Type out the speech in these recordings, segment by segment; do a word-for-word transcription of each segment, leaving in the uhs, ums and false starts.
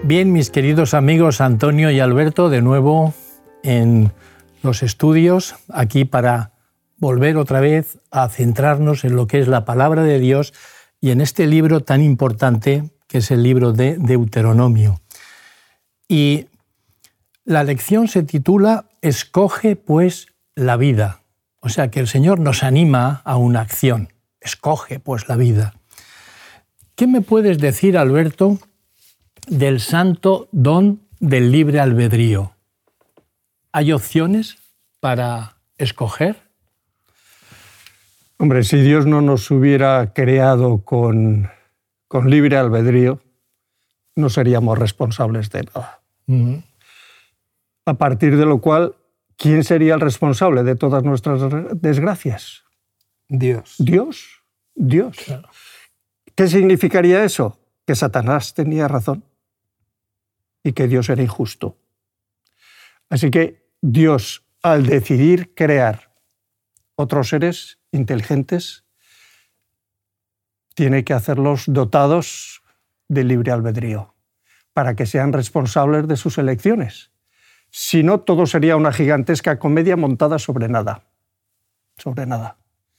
Bien, mis queridos amigos Antonio y Alberto, de nuevo en los estudios, aquí para volver otra vez a centrarnos en lo que es la palabra de Dios y en este libro tan importante que es el libro de Deuteronomio. Y la lección se titula Escoge pues la vida. O sea que el Señor nos anima a una acción. Escoge pues la vida. ¿Qué me puedes decir, Alberto, del santo don del libre albedrío? ¿Hay opciones para escoger? Hombre, si Dios no nos hubiera creado con, con libre albedrío, no seríamos responsables de nada. Uh-huh. A partir de lo cual, ¿quién sería el responsable de todas nuestras desgracias? Dios. Dios. Dios. Claro. ¿Qué significaría eso? Que Satanás tenía razón y que Dios era injusto. Así que Dios, al decidir crear otros seres inteligentes, tiene que hacerlos dotados de libre albedrío para que sean responsables de sus elecciones. Si no, todo sería una gigantesca comedia montada sobre nada. Sobre nada.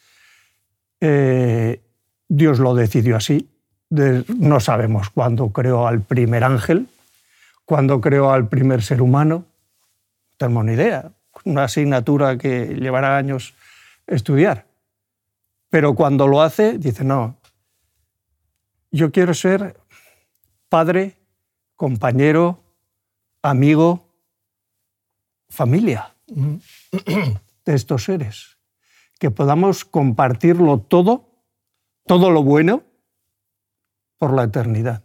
Eh, Dios lo decidió así. De, no sabemos cuándo creó al primer ángel, cuándo creó al primer ser humano. No tenemos ni idea. Una asignatura que llevará años estudiar. Pero cuando lo hace, dice, no, yo quiero ser padre, compañero, amigo, familia de estos seres. Que podamos compartirlo todo, todo lo bueno, por la eternidad.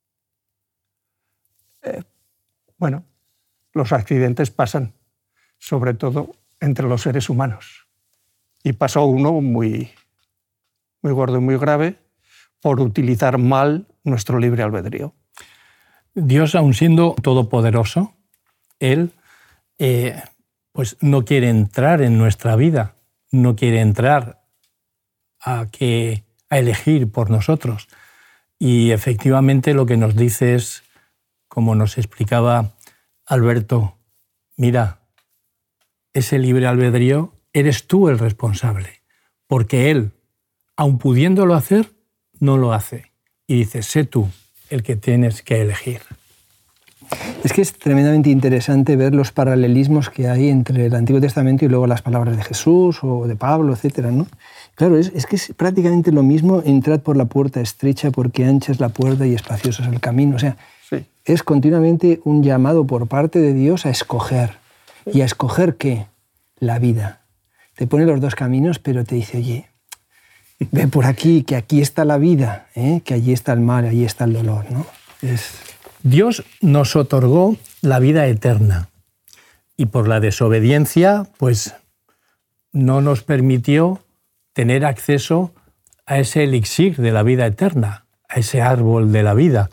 Eh, bueno, los accidentes pasan, sobre todo entre los seres humanos. Y pasó uno muy, muy gordo y muy grave por utilizar mal nuestro libre albedrío. Dios, aun siendo todopoderoso, Él eh, pues no quiere entrar en nuestra vida, no quiere entrar a, que, a elegir por nosotros. Y efectivamente lo que nos dice es, como nos explicaba Alberto, mira, ese libre albedrío eres tú el responsable, porque Él, aun pudiéndolo hacer, no lo hace. Y dice, sé tú el que tienes que elegir. Es que es tremendamente interesante ver los paralelismos que hay entre el Antiguo Testamento y luego las palabras de Jesús o de Pablo, etcétera, ¿no? Claro, es, es que es prácticamente lo mismo, entrad por la puerta estrecha porque ancha es la puerta y espacioso es el camino. O sea, sí. Es continuamente un llamado por parte de Dios a escoger. ¿Y a escoger qué? La vida. Te pone los dos caminos, pero te dice, oye, ve por aquí, que aquí está la vida, ¿eh? Que allí está el mal, allí está el dolor, ¿no? Es... Dios nos otorgó la vida eterna y por la desobediencia, pues, no nos permitió tener acceso a ese elixir de la vida eterna, a ese árbol de la vida.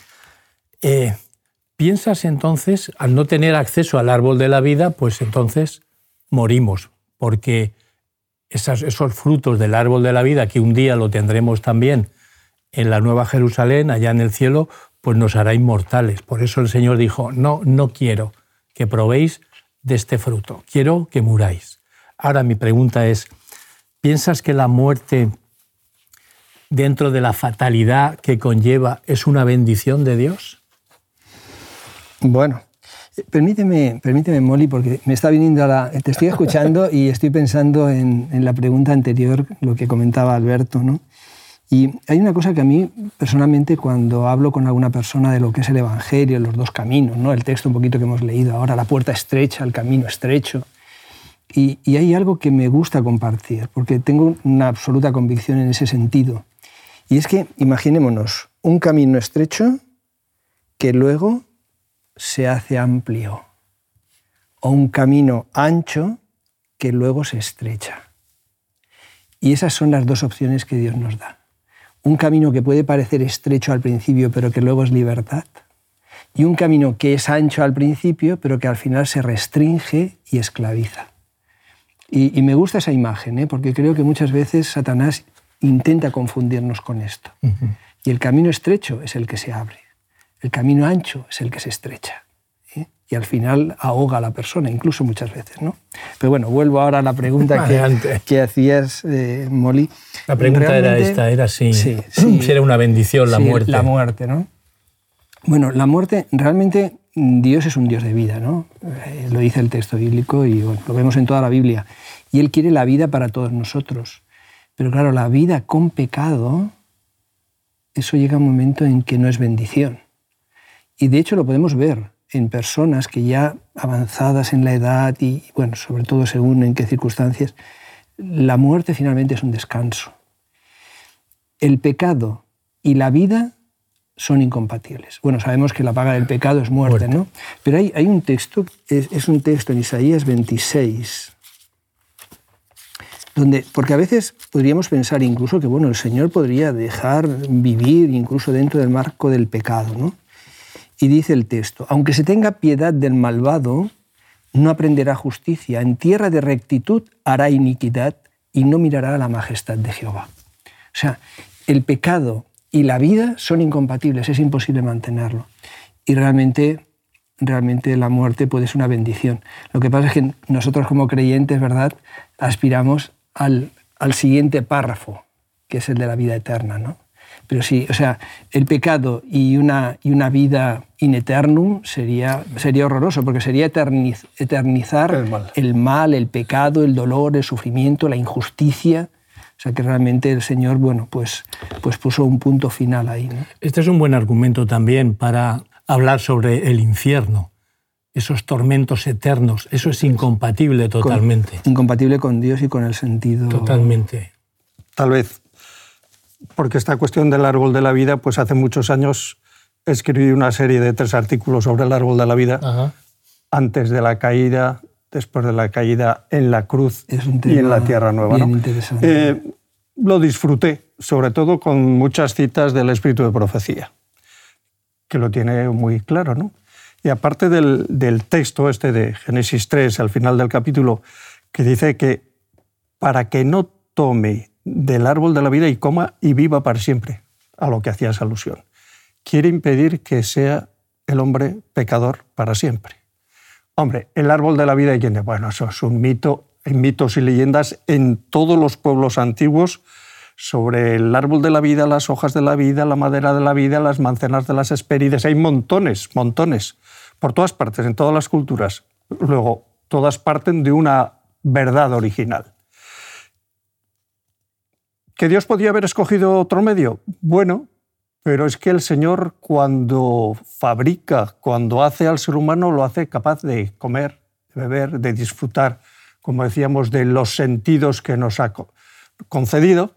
Eh, ¿Piensas entonces, al no tener acceso al árbol de la vida, pues entonces morimos? Porque esas, esos frutos del árbol de la vida, que un día lo tendremos también en la Nueva Jerusalén, allá en el cielo, pues nos hará inmortales. Por eso el Señor dijo, no, no quiero que probéis de este fruto, quiero que muráis. Ahora mi pregunta es, ¿piensas que la muerte, dentro de la fatalidad que conlleva, es una bendición de Dios? Bueno, permíteme, permíteme, Molly, porque me está viniendo a la... Te estoy escuchando y estoy pensando en, en la pregunta anterior, lo que comentaba Alberto, ¿no? Y hay una cosa que a mí, personalmente, cuando hablo con alguna persona de lo que es el Evangelio, los dos caminos, ¿no? El texto un poquito que hemos leído ahora, la puerta estrecha, el camino estrecho, y, y hay algo que me gusta compartir, porque tengo una absoluta convicción en ese sentido. Y es que, imaginémonos, un camino estrecho que luego se hace amplio, o un camino ancho que luego se estrecha. Y esas son las dos opciones que Dios nos da. Un camino que puede parecer estrecho al principio, pero que luego es libertad. Y un camino que es ancho al principio, pero que al final se restringe y esclaviza. Y, y me gusta esa imagen, ¿eh? Porque creo que muchas veces Satanás intenta confundirnos con esto. Uh-huh. Y el camino estrecho es el que se abre. el camino ancho es el que se estrecha. ¿eh? Y al final ahoga a la persona, incluso muchas veces, ¿no? Pero bueno, vuelvo ahora a la pregunta que, que hacías, eh, Molly. La pregunta Realmente, era esta, era si, sí, sí, si era una bendición la sí, muerte. La muerte, ¿no? Bueno, la muerte, realmente Dios es un Dios de vida, ¿no? Eh, lo dice el texto bíblico y bueno, lo vemos en toda la Biblia. Y Él quiere la vida para todos nosotros. Pero claro, la vida con pecado, eso llega a un momento en que no es bendición. Y de hecho lo podemos ver en personas que ya avanzadas en la edad y, bueno, sobre todo según en qué circunstancias, la muerte finalmente es un descanso. El pecado y la vida son incompatibles. Bueno, sabemos que la paga del pecado es muerte, muerte. ¿no? Pero hay, hay un texto, es, es un texto en Isaías veintiséis, donde, porque a veces podríamos pensar incluso que bueno, el Señor podría dejar vivir incluso dentro del marco del pecado, ¿no? Y dice el texto, aunque se tenga piedad del malvado, no aprenderá justicia, en tierra de rectitud hará iniquidad y no mirará a la majestad de Jehová. O sea, el pecado y la vida son incompatibles, es imposible mantenerlo. Y realmente, realmente la muerte puede ser una bendición. Lo que pasa es que nosotros como creyentes, ¿verdad?, aspiramos al, al siguiente párrafo, que es el de la vida eterna, ¿no? Pero sí, o sea, el pecado y una, y una vida in eternum sería, sería horroroso, porque sería eterniz, eternizar el mal. el mal, el pecado, el dolor, el sufrimiento, la injusticia. O sea que realmente el Señor, bueno, pues, pues puso un punto final ahí, ¿no? Este es un buen argumento también para hablar sobre el infierno, esos tormentos eternos. Eso es incompatible totalmente. Con, incompatible con Dios y con el sentido... Totalmente. Tal vez, porque esta cuestión del árbol de la vida, pues hace muchos años escribí una serie de tres artículos sobre el árbol de la vida, Ajá. antes de la caída, después de la caída en la cruz y en la tierra nueva, ¿no? Eh, lo disfruté, sobre todo con muchas citas del Espíritu de Profecía, que lo tiene muy claro, ¿no? Y aparte del, del texto este de Génesis tres, al final del capítulo, que dice que para que no tome del árbol de la vida y coma y viva para siempre, a lo que hacías alusión. Quiere impedir que sea el hombre pecador para siempre. Hombre, el árbol de la vida, ¿quién es? Bueno, eso es un mito, hay mitos y leyendas en todos los pueblos antiguos sobre el árbol de la vida, las hojas de la vida, la madera de la vida, las manzanas de las Hespérides. Hay montones, montones, por todas partes, en todas las culturas. Luego, todas parten de una verdad original. ¿Que Dios podía haber escogido otro medio? Bueno, pero es que el Señor cuando fabrica, cuando hace al ser humano, lo hace capaz de comer, de beber, de disfrutar, como decíamos, de los sentidos que nos ha concedido.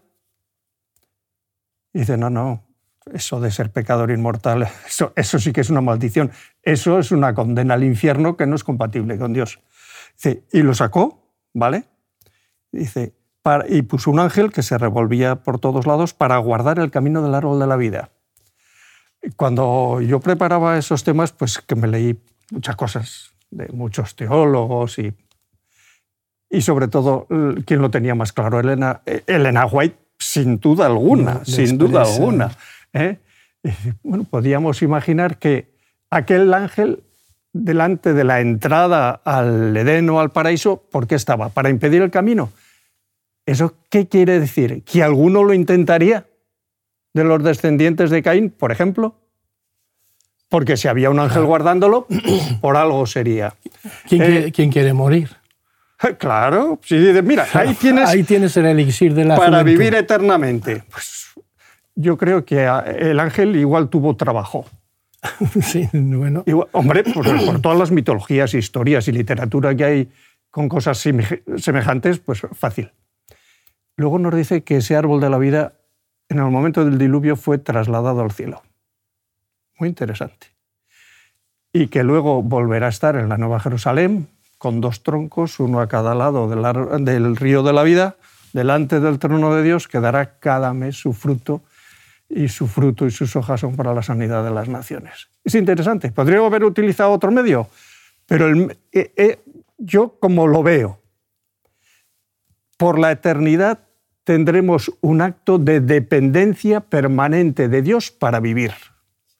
Y dice, no, no, eso de ser pecador inmortal, eso, eso sí que es una maldición. Eso es una condena al infierno que no es compatible con Dios. Dice, y lo sacó, ¿vale? Dice, para, y puso un ángel que se revolvía por todos lados para guardar el camino del árbol de la vida. Cuando yo preparaba esos temas, pues que me leí muchas cosas de muchos teólogos y, y sobre todo, ¿quién lo tenía más claro? Elena, Elena White, sin duda alguna, no, sin duda alguna. ¿eh? Y, bueno, podíamos imaginar que aquel ángel, delante de la entrada al Edén o al paraíso, ¿por qué estaba? ¿Para impedir el camino? ¿Eso qué quiere decir? ¿Que alguno lo intentaría? ¿De los descendientes de Caín, por ejemplo? Porque si había un ángel guardándolo, por algo sería. ¿Quién, eh, quiere, ¿quién quiere morir? Claro, si dices, mira, ahí tienes, ahí tienes el elixir de la para juventud. Vivir eternamente. Pues yo creo que el ángel igual tuvo trabajo. Sí, bueno. Igual, hombre, pues por todas las mitologías, historias y literatura que hay con cosas semejantes, pues fácil. Luego nos dice que ese árbol de la vida, en el momento del diluvio, fue trasladado al cielo. Muy interesante. Y que luego volverá a estar en la Nueva Jerusalén, con dos troncos, uno a cada lado del, del río de la vida, delante del trono de Dios, que dará cada mes su fruto, y su fruto y sus hojas son para la sanidad de las naciones. Es interesante. Podría haber utilizado otro medio, pero el, eh, eh, yo, como lo veo, por la eternidad tendremos un acto de dependencia permanente de Dios para vivir.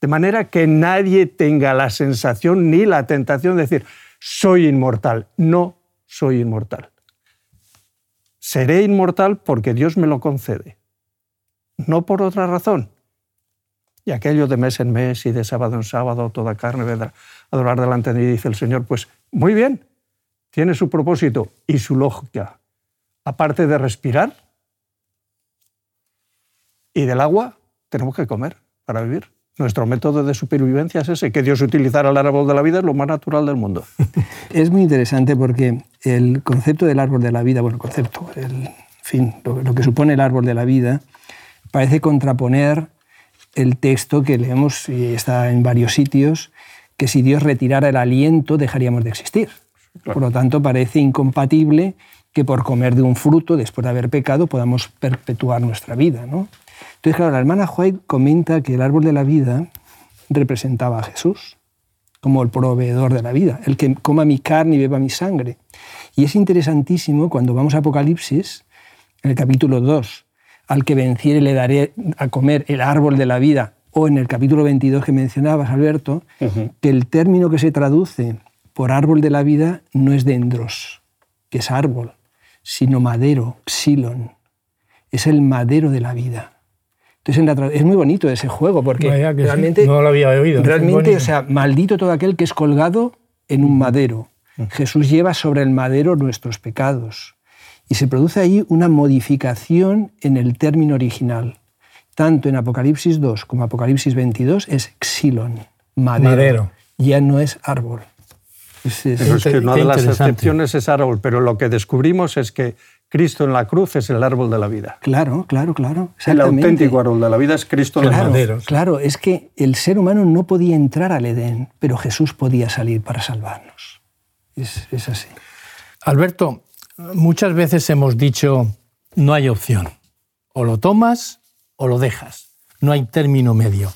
De manera que nadie tenga la sensación ni la tentación de decir, soy inmortal. No soy inmortal. Seré inmortal porque Dios me lo concede, no por otra razón. Y aquello de mes en mes y de sábado en sábado, toda carne vendrá a adorar delante de mí, dice el Señor, pues muy bien, tiene su propósito y su lógica. Aparte de respirar y del agua, tenemos que comer para vivir. Nuestro método de supervivencia es ese, que Dios utilizara el árbol de la vida es lo más natural del mundo. Es muy interesante porque el concepto del árbol de la vida, bueno, el concepto, el, en fin, lo, lo que supone el árbol de la vida, parece contraponer el texto que leemos, y está en varios sitios, que si Dios retirara el aliento dejaríamos de existir. Claro. Por lo tanto, parece incompatible que por comer de un fruto, después de haber pecado, podamos perpetuar nuestra vida, ¿no? Entonces, claro, la hermana White comenta que el árbol de la vida representaba a Jesús como el proveedor de la vida, el que coma mi carne y beba mi sangre. Y es interesantísimo cuando vamos a Apocalipsis, en el capítulo dos, al que venciere le daré a comer el árbol de la vida, o en el capítulo veintidós que mencionabas, Alberto, uh-huh. que el término que se traduce por árbol de la vida no es dendros, que es árbol, sino madero, xilon. Es el madero de la vida. Entonces, en la es muy bonito ese juego, porque Vaya que realmente, sí. No lo había oído. realmente o sea, maldito todo aquel que es colgado en un madero. Uh-huh. Jesús lleva sobre el madero nuestros pecados. Y se produce ahí una modificación en el término original. Tanto en Apocalipsis dos como Apocalipsis veintidós es xilon, madero. madero. Ya no es árbol. Es, es, pero es que una de las excepciones es árbol, pero lo que descubrimos es que Cristo en la cruz es el árbol de la vida. Claro, claro, claro. El auténtico árbol de la vida es Cristo en claro, el madero. Claro, es que el ser humano no podía entrar al Edén, pero Jesús podía salir para salvarnos. Es, es así. Alberto, muchas veces hemos dicho, no hay opción. O lo tomas o lo dejas. No hay término medio.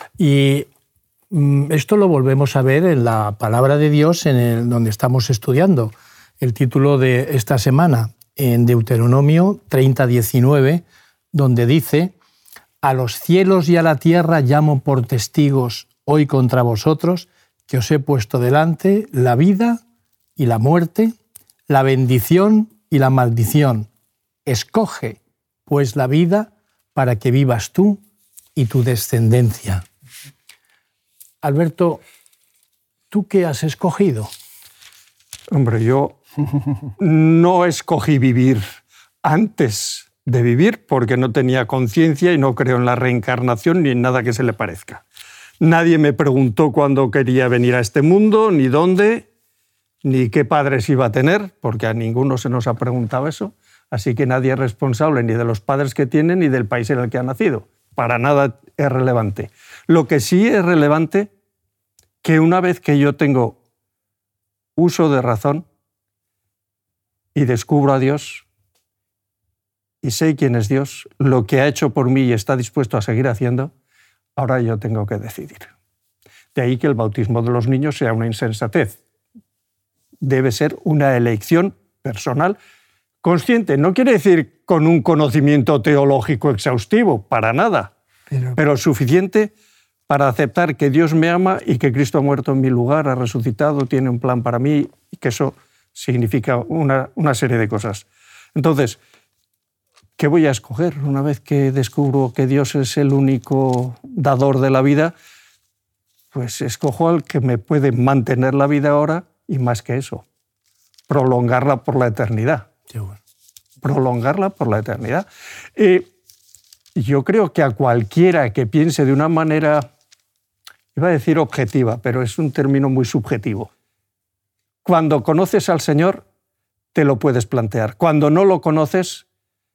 Y esto lo volvemos a ver en la palabra de Dios, en el, donde estamos estudiando. El título de esta semana, en Deuteronomio treinta, diecinueve, donde dice: a los cielos y a la tierra llamo por testigos hoy contra vosotros, que os he puesto delante la vida y la muerte, la bendición y la maldición. Escoge, pues, la vida para que vivas tú y tu descendencia. Alberto, ¿tú qué has escogido? Hombre, yo no escogí vivir antes de vivir porque no tenía conciencia y no creo en la reencarnación ni en nada que se le parezca. Nadie me preguntó cuándo quería venir a este mundo, ni dónde, ni qué padres iba a tener, porque a ninguno se nos ha preguntado eso. Así que nadie es responsable ni de los padres que tiene ni del país en el que ha nacido. Para nada es relevante. Lo que sí es relevante, que una vez que yo tengo uso de razón y descubro a Dios y sé quién es Dios, lo que ha hecho por mí y está dispuesto a seguir haciendo, ahora yo tengo que decidir. De ahí que el bautismo de los niños sea una insensatez. Debe ser una elección personal consciente. No quiere decir con un conocimiento teológico exhaustivo, para nada, pero, pero suficiente para aceptar que Dios me ama y que Cristo ha muerto en mi lugar, ha resucitado, tiene un plan para mí y que eso significa una, una serie de cosas. Entonces, ¿qué voy a escoger una vez que descubro que Dios es el único dador de la vida? Pues escojo al que me puede mantener la vida ahora y más que eso, prolongarla por la eternidad. Qué bueno. Prolongarla por la eternidad. Eh, yo creo que a cualquiera que piense de una manera, iba a decir objetiva, pero es un término muy subjetivo. Cuando conoces al Señor, te lo puedes plantear. Cuando no lo conoces,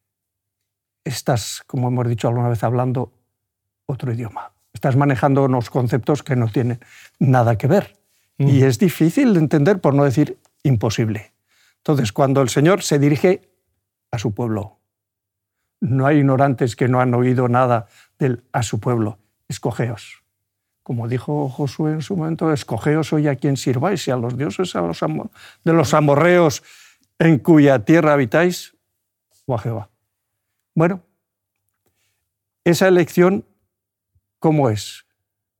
estás, como hemos dicho alguna vez, hablando otro idioma. Estás manejando unos conceptos que no tienen nada que ver. Mm. Y es difícil de entender, por no decir imposible. Entonces, cuando el Señor se dirige a su pueblo, no hay ignorantes que no han oído nada del a su pueblo. Escogeos. Como dijo Josué en su momento, escogeos hoy a quien sirváis, y a los dioses a los amo- de los amorreos en cuya tierra habitáis, o a Jehová. Bueno, esa elección, ¿cómo es?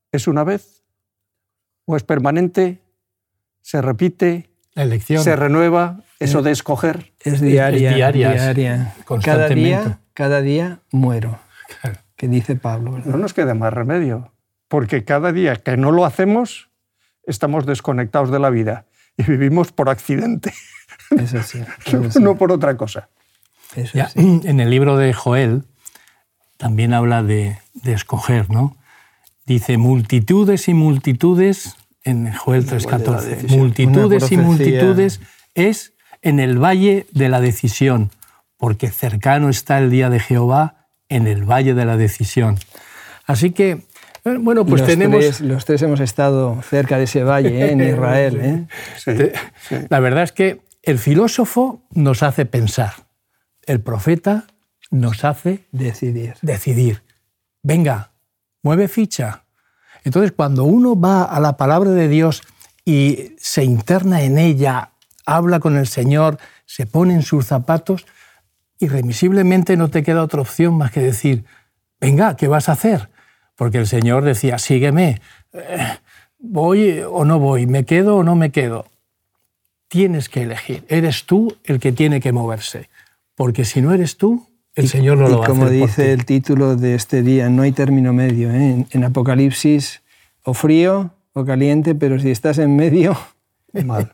¿Es una vez? ¿O es permanente? ¿Se repite? La elección. ¿Se renueva? Eso de escoger. Es diaria. Es diaria, diaria. Cada día, cada día muero. Claro. Que dice Pablo, ¿verdad? No nos queda más remedio, porque cada día que no lo hacemos, estamos desconectados de la vida y vivimos por accidente. Eso sí. Eso sí. No por otra cosa. Eso ya, sí. En el libro de Joel también habla de, de escoger, ¿no? Dice, multitudes y multitudes, en Joel tres catorce, multitudes y multitudes es en el valle de la decisión, porque cercano está el día de Jehová en el valle de la decisión. Así que, bueno, pues los tenemos... Tres, los tres hemos estado cerca de ese valle, ¿eh? En Israel. ¿eh? Sí, sí. La verdad es que el filósofo nos hace pensar, el profeta nos hace decidir. decidir. Venga, mueve ficha. Entonces, cuando uno va a la palabra de Dios y se interna en ella, habla con el Señor, se pone en sus zapatos, irremisiblemente no te queda otra opción más que decir, venga, ¿qué vas a hacer? Porque el Señor decía, sígueme, eh, voy o no voy, me quedo o no me quedo. Tienes que elegir, eres tú el que tiene que moverse, porque si no eres tú, el y, Señor no lo va a hacer por ti. Y como dice el título de este día, no hay término medio. ¿eh? En, en Apocalipsis, o frío o caliente, pero si estás en medio, mal.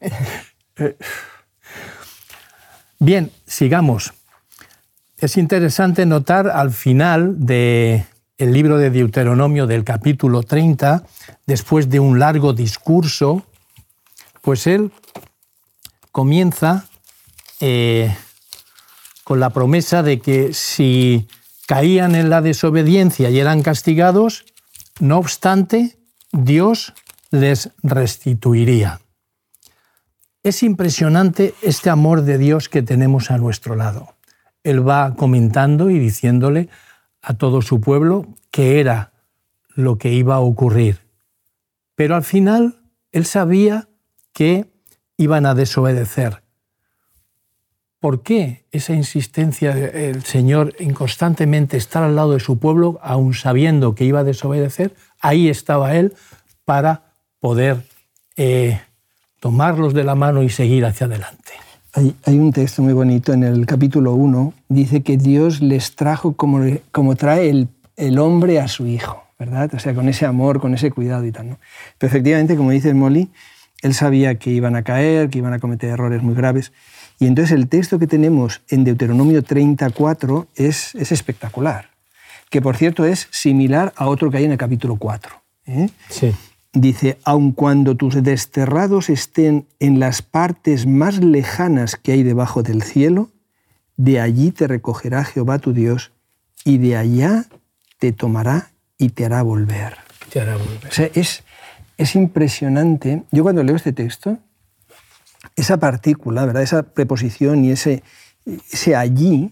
Bien, sigamos. Es interesante notar al final del libro de Deuteronomio del capítulo treinta, después de un largo discurso, pues él comienza eh, con la promesa de que si caían en la desobediencia y eran castigados, no obstante, Dios les restituiría. Es impresionante este amor de Dios que tenemos a nuestro lado. Él va comentando y diciéndole a todo su pueblo qué era lo que iba a ocurrir. Pero al final él sabía que iban a desobedecer. ¿Por qué esa insistencia del Señor en constantemente estar al lado de su pueblo, aun sabiendo que iba a desobedecer? Ahí estaba Él para poder eh, tomarlos de la mano y seguir hacia adelante. Hay, hay un texto muy bonito en el capítulo uno, dice que Dios les trajo como, como trae el, el hombre a su hijo, ¿verdad? O sea, con ese amor, con ese cuidado y tal, ¿no? Pero efectivamente, como dice Molly, Él sabía que iban a caer, que iban a cometer errores muy graves. Y entonces el texto que tenemos en Deuteronomio treinta y cuatro es, es espectacular, que por cierto es similar a otro que hay en el capítulo cuatro. ¿eh? Sí. Dice, aun cuando tus desterrados estén en las partes más lejanas que hay debajo del cielo, de allí te recogerá Jehová tu Dios y de allá te tomará y te hará volver. Te hará volver. O sea, es, es impresionante. Yo cuando leo este texto, esa partícula, ¿verdad? Esa preposición y ese, ese allí,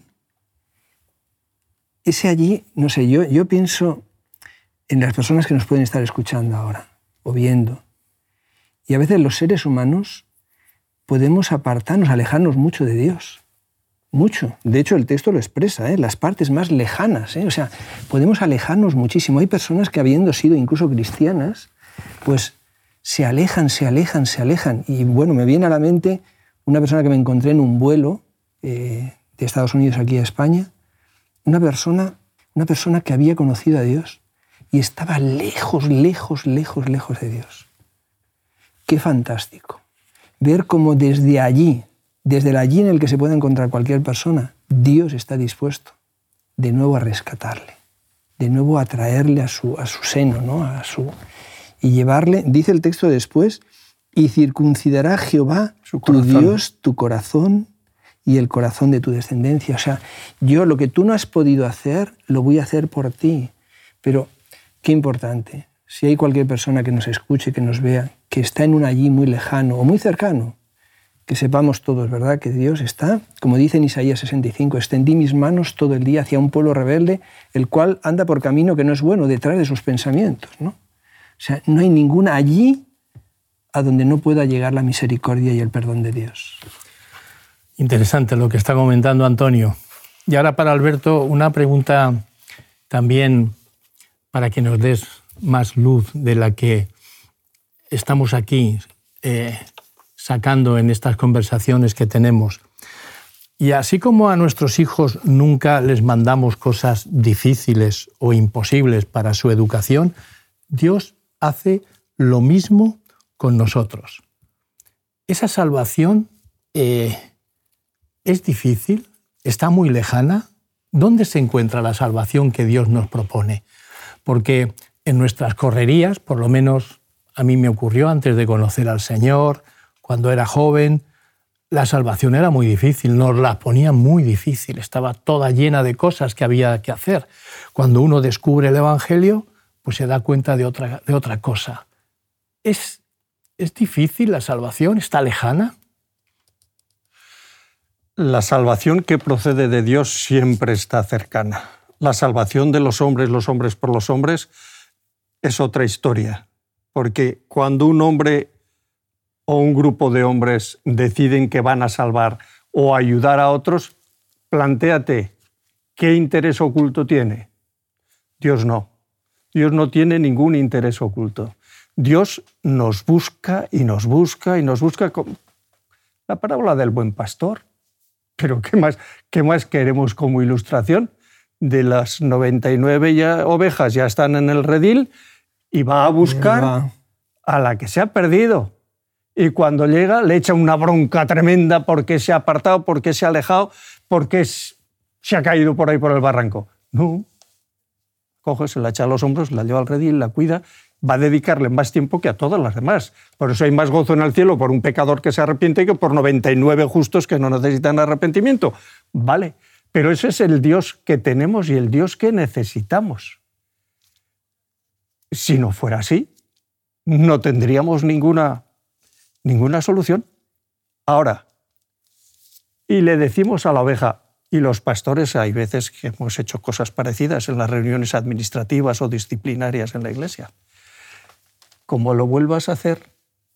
ese allí, no sé, yo, yo pienso en las personas que nos pueden estar escuchando ahora o viendo. Y a veces los seres humanos podemos apartarnos, alejarnos mucho de Dios. Mucho. De hecho, el texto lo expresa, ¿eh? Las partes más lejanas. ¿eh? O sea, podemos alejarnos muchísimo. Hay personas que, habiendo sido incluso cristianas, pues se alejan, se alejan, se alejan. Y bueno, me viene a la mente una persona que me encontré en un vuelo eh, de Estados Unidos aquí a España, una persona, una persona que había conocido a Dios y estaba lejos, lejos, lejos, lejos de Dios. Qué fantástico. Ver cómo desde allí, desde el allí en el que se puede encontrar cualquier persona, Dios está dispuesto de nuevo a rescatarle, de nuevo a traerle a su, a su seno, ¿no? a su, y llevarle, dice el texto después, y circuncidará Jehová, tu Dios, tu corazón y el corazón de tu descendencia. O sea, yo lo que tú no has podido hacer, lo voy a hacer por ti. Pero qué importante, si hay cualquier persona que nos escuche, que nos vea, que está en un allí muy lejano o muy cercano, que sepamos todos, ¿verdad?, que Dios está, como dice en Isaías sesenta y cinco, extendí mis manos todo el día hacia un pueblo rebelde, el cual anda por camino que no es bueno, detrás de sus pensamientos, ¿no? O sea, no hay ninguna allí a donde no pueda llegar la misericordia y el perdón de Dios. Interesante lo que está comentando Antonio. Y ahora para Alberto, una pregunta también para que nos des más luz de la que estamos aquí eh, sacando en estas conversaciones que tenemos. Y así como a nuestros hijos nunca les mandamos cosas difíciles o imposibles para su educación, Dios hace lo mismo con nosotros. Esa salvación eh, es difícil, está muy lejana. ¿Dónde se encuentra la salvación que Dios nos propone? Porque en nuestras correrías, por lo menos a mí me ocurrió antes de conocer al Señor, cuando era joven, la salvación era muy difícil, nos la ponía muy difícil, estaba toda llena de cosas que había que hacer. Cuando uno descubre el Evangelio, pues se da cuenta de otra, de otra cosa. ¿Es, ¿Es difícil la salvación? ¿Está lejana? La salvación que procede de Dios siempre está cercana. La salvación de los hombres, los hombres por los hombres, es otra historia. Porque cuando un hombre o un grupo de hombres deciden que van a salvar o ayudar a otros, plantéate, ¿qué interés oculto tiene? Dios no. Dios no tiene ningún interés oculto. Dios nos busca y nos busca y nos busca. Con la parábola del buen pastor. Pero ¿qué más, qué más queremos como ilustración? De las noventa y nueve ya, ovejas ya están en el redil y va a buscar a la que se ha perdido. Y cuando llega le echa una bronca tremenda porque se ha apartado, porque se ha alejado, porque se ha caído por ahí por el barranco. No. Coge, se la echa a los hombros, la lleva al redil, la cuida, va a dedicarle más tiempo que a todas las demás. Por eso hay más gozo en el cielo por un pecador que se arrepiente que por noventa y nueve justos que no necesitan arrepentimiento. Vale, pero ese es el Dios que tenemos y el Dios que necesitamos. Si no fuera así, no tendríamos ninguna, ninguna solución. Ahora, y le decimos a la oveja, y los pastores, hay veces que hemos hecho cosas parecidas en las reuniones administrativas o disciplinarias en la iglesia. Como lo vuelvas a hacer,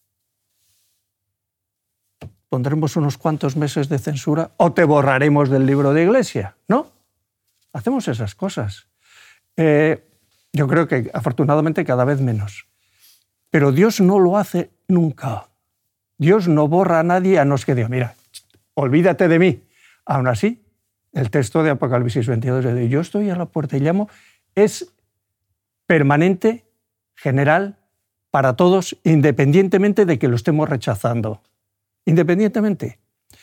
pondremos unos cuantos meses de censura o te borraremos del libro de iglesia, ¿no? Hacemos esas cosas. Eh, yo creo que afortunadamente cada vez menos. Pero Dios no lo hace nunca. Dios no borra a nadie a no ser que diga, mira, olvídate de mí. Aún así, el texto de Apocalipsis veintidós, de yo estoy a la puerta y llamo, es permanente, general, para todos, independientemente de que lo estemos rechazando. Independientemente.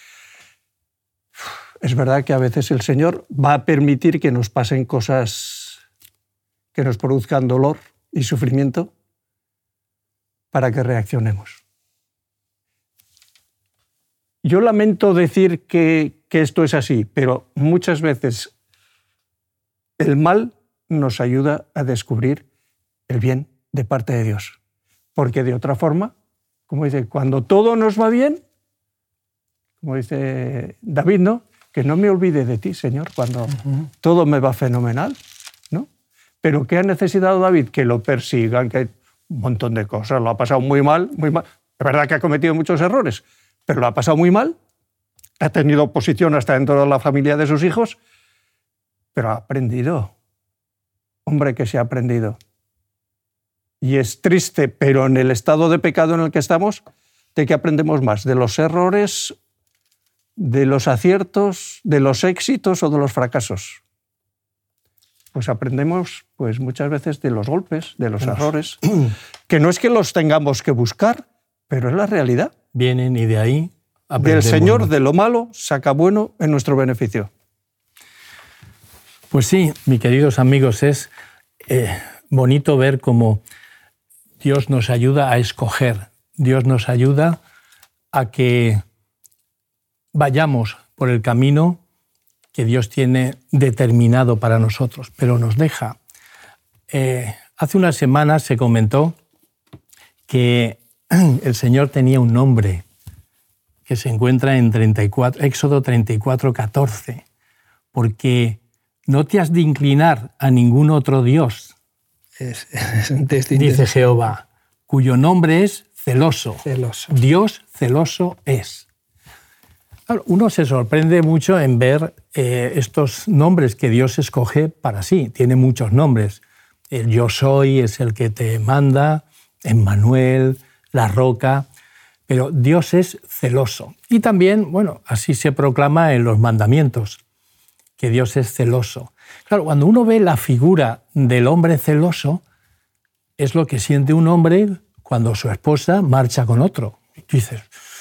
Es verdad que a veces el Señor va a permitir que nos pasen cosas que nos produzcan dolor y sufrimiento para que reaccionemos. Yo lamento decir que, que esto es así, pero muchas veces el mal nos ayuda a descubrir el bien de parte de Dios. Porque de otra forma, como dice, cuando todo nos va bien, como dice David, ¿no? Que no me olvide de ti, Señor, cuando uh-huh. todo me va fenomenal, ¿no? Pero ¿qué ha necesitado David? Que lo persigan, que un montón de cosas, lo ha pasado muy mal, muy mal. Es verdad que ha cometido muchos errores, pero lo ha pasado muy mal, ha tenido oposición hasta dentro de la familia de sus hijos, pero ha aprendido. Hombre, que se ha aprendido. Y es triste, pero en el estado de pecado en el que estamos, ¿de qué aprendemos más? ¿De los errores, de los aciertos, de los éxitos o de los fracasos? Pues aprendemos pues, muchas veces de los golpes, de los errores, que no es que los tengamos que buscar, pero es la realidad. Vienen y de ahí aprendemos. Del Señor, de lo malo, saca bueno en nuestro beneficio. Pues sí, mis queridos amigos, es eh, bonito ver cómo Dios nos ayuda a escoger, Dios nos ayuda a que vayamos por el camino que Dios tiene determinado para nosotros, pero nos deja. Eh, hace unas semanas se comentó que el Señor tenía un nombre que se encuentra en treinta y cuatro, Éxodo treinta y cuatro, catorce, porque no te has de inclinar a ningún otro Dios, es, es un texto dice Jehová, cuyo nombre es celoso. celoso. Dios celoso es. Claro, uno se sorprende mucho en ver eh, estos nombres que Dios escoge para sí. Tiene muchos nombres. El yo soy es el que te manda, Emmanuel, la roca, pero Dios es celoso. Y también, bueno, así se proclama en los mandamientos, que Dios es celoso. Claro, cuando uno ve la figura del hombre celoso, es lo que siente un hombre cuando su esposa marcha con otro. Y tú dices,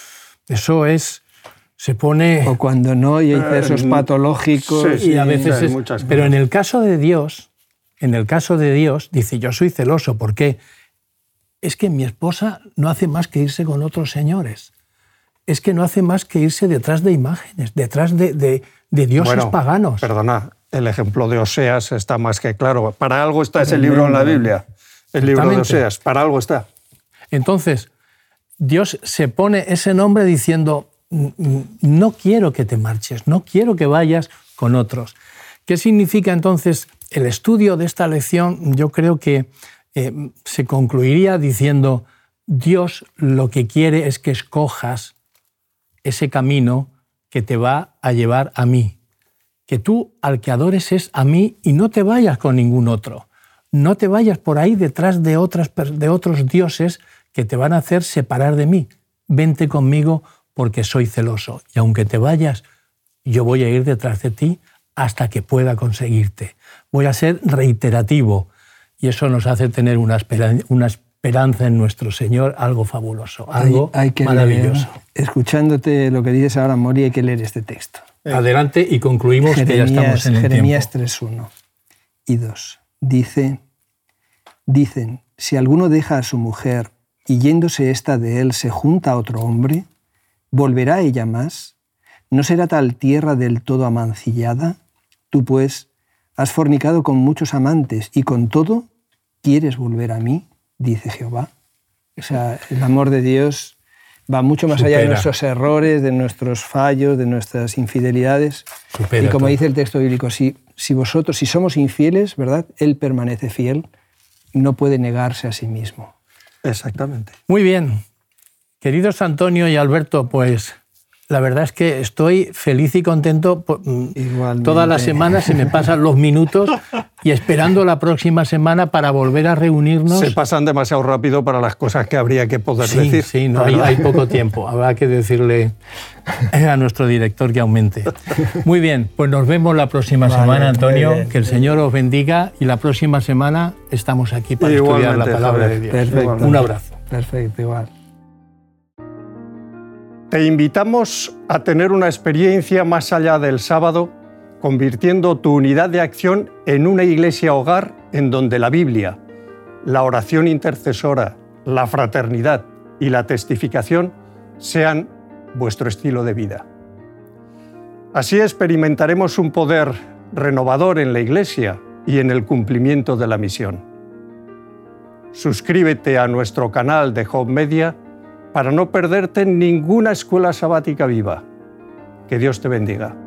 eso es, se pone... O cuando no, y hay celos eh, patológicos. Sí, sí, y a veces sí, es... Muchas cosas. Pero en el caso de Dios, en el caso de Dios, dice, yo soy celoso. ¿Por qué? Es que mi esposa no hace más que irse con otros señores. Es que no hace más que irse detrás de imágenes, detrás de, de, de dioses bueno, paganos. Perdona, el ejemplo de Oseas está más que claro. Para algo está ese libro en la Biblia, el libro de Oseas, para algo está. Entonces, Dios se pone ese nombre diciendo, no quiero que te marches, no quiero que vayas con otros. ¿Qué significa entonces el estudio de esta lección? Yo creo que eh, se concluiría diciendo, Dios lo que quiere es que escojas ese camino que te va a llevar a mí. Que tú al que adores es a mí y no te vayas con ningún otro. No te vayas por ahí detrás de, otras, de otros dioses que te van a hacer separar de mí. Vente conmigo porque soy celoso. Y aunque te vayas, yo voy a ir detrás de ti hasta que pueda conseguirte. Voy a ser reiterativo. Y eso nos hace tener una esperanza, una esperanza en nuestro Señor, algo fabuloso, algo hay, hay que maravilloso. Leer, escuchándote lo que dices ahora, Mori, hay que leer este texto. Adelante y concluimos Jeremías, que ya estamos en el Jeremías tiempo. tres uno y dos. Dice, dicen, si alguno deja a su mujer y yéndose ésta de él se junta a otro hombre, ¿volverá ella más? ¿No será tal tierra del todo amancillada? Tú, pues, has fornicado con muchos amantes y con todo quieres volver a mí, dice Jehová. O sea, el amor de Dios va mucho más Supera. allá de nuestros errores, de nuestros fallos, de nuestras infidelidades. Supera y como todo. Dice el texto bíblico, si, si vosotros, si somos infieles, ¿verdad? Él permanece fiel, no puede negarse a sí mismo. Exactamente. Muy bien. Queridos Antonio y Alberto, pues la verdad es que estoy feliz y contento. Igualmente. Todas las semanas se me pasan los minutos y esperando la próxima semana para volver a reunirnos. Se pasan demasiado rápido para las cosas que habría que poder sí, decir. Sí, no, hay, hay poco tiempo. Habrá que decirle a nuestro director que aumente. Muy bien, pues nos vemos la próxima vale, semana, Antonio. Bien, que el Señor os bendiga y la próxima semana estamos aquí para Igualmente, estudiar la palabra Javier. de Dios. Perfecto. Un abrazo. Perfecto, igual. Te invitamos a tener una experiencia más allá del sábado, convirtiendo tu unidad de acción en una iglesia hogar en donde la Biblia, la oración intercesora, la fraternidad y la testificación sean vuestro estilo de vida. Así experimentaremos un poder renovador en la iglesia y en el cumplimiento de la misión. Suscríbete a nuestro canal de Hope Media para no perderte ninguna escuela sabática viva. Que Dios te bendiga.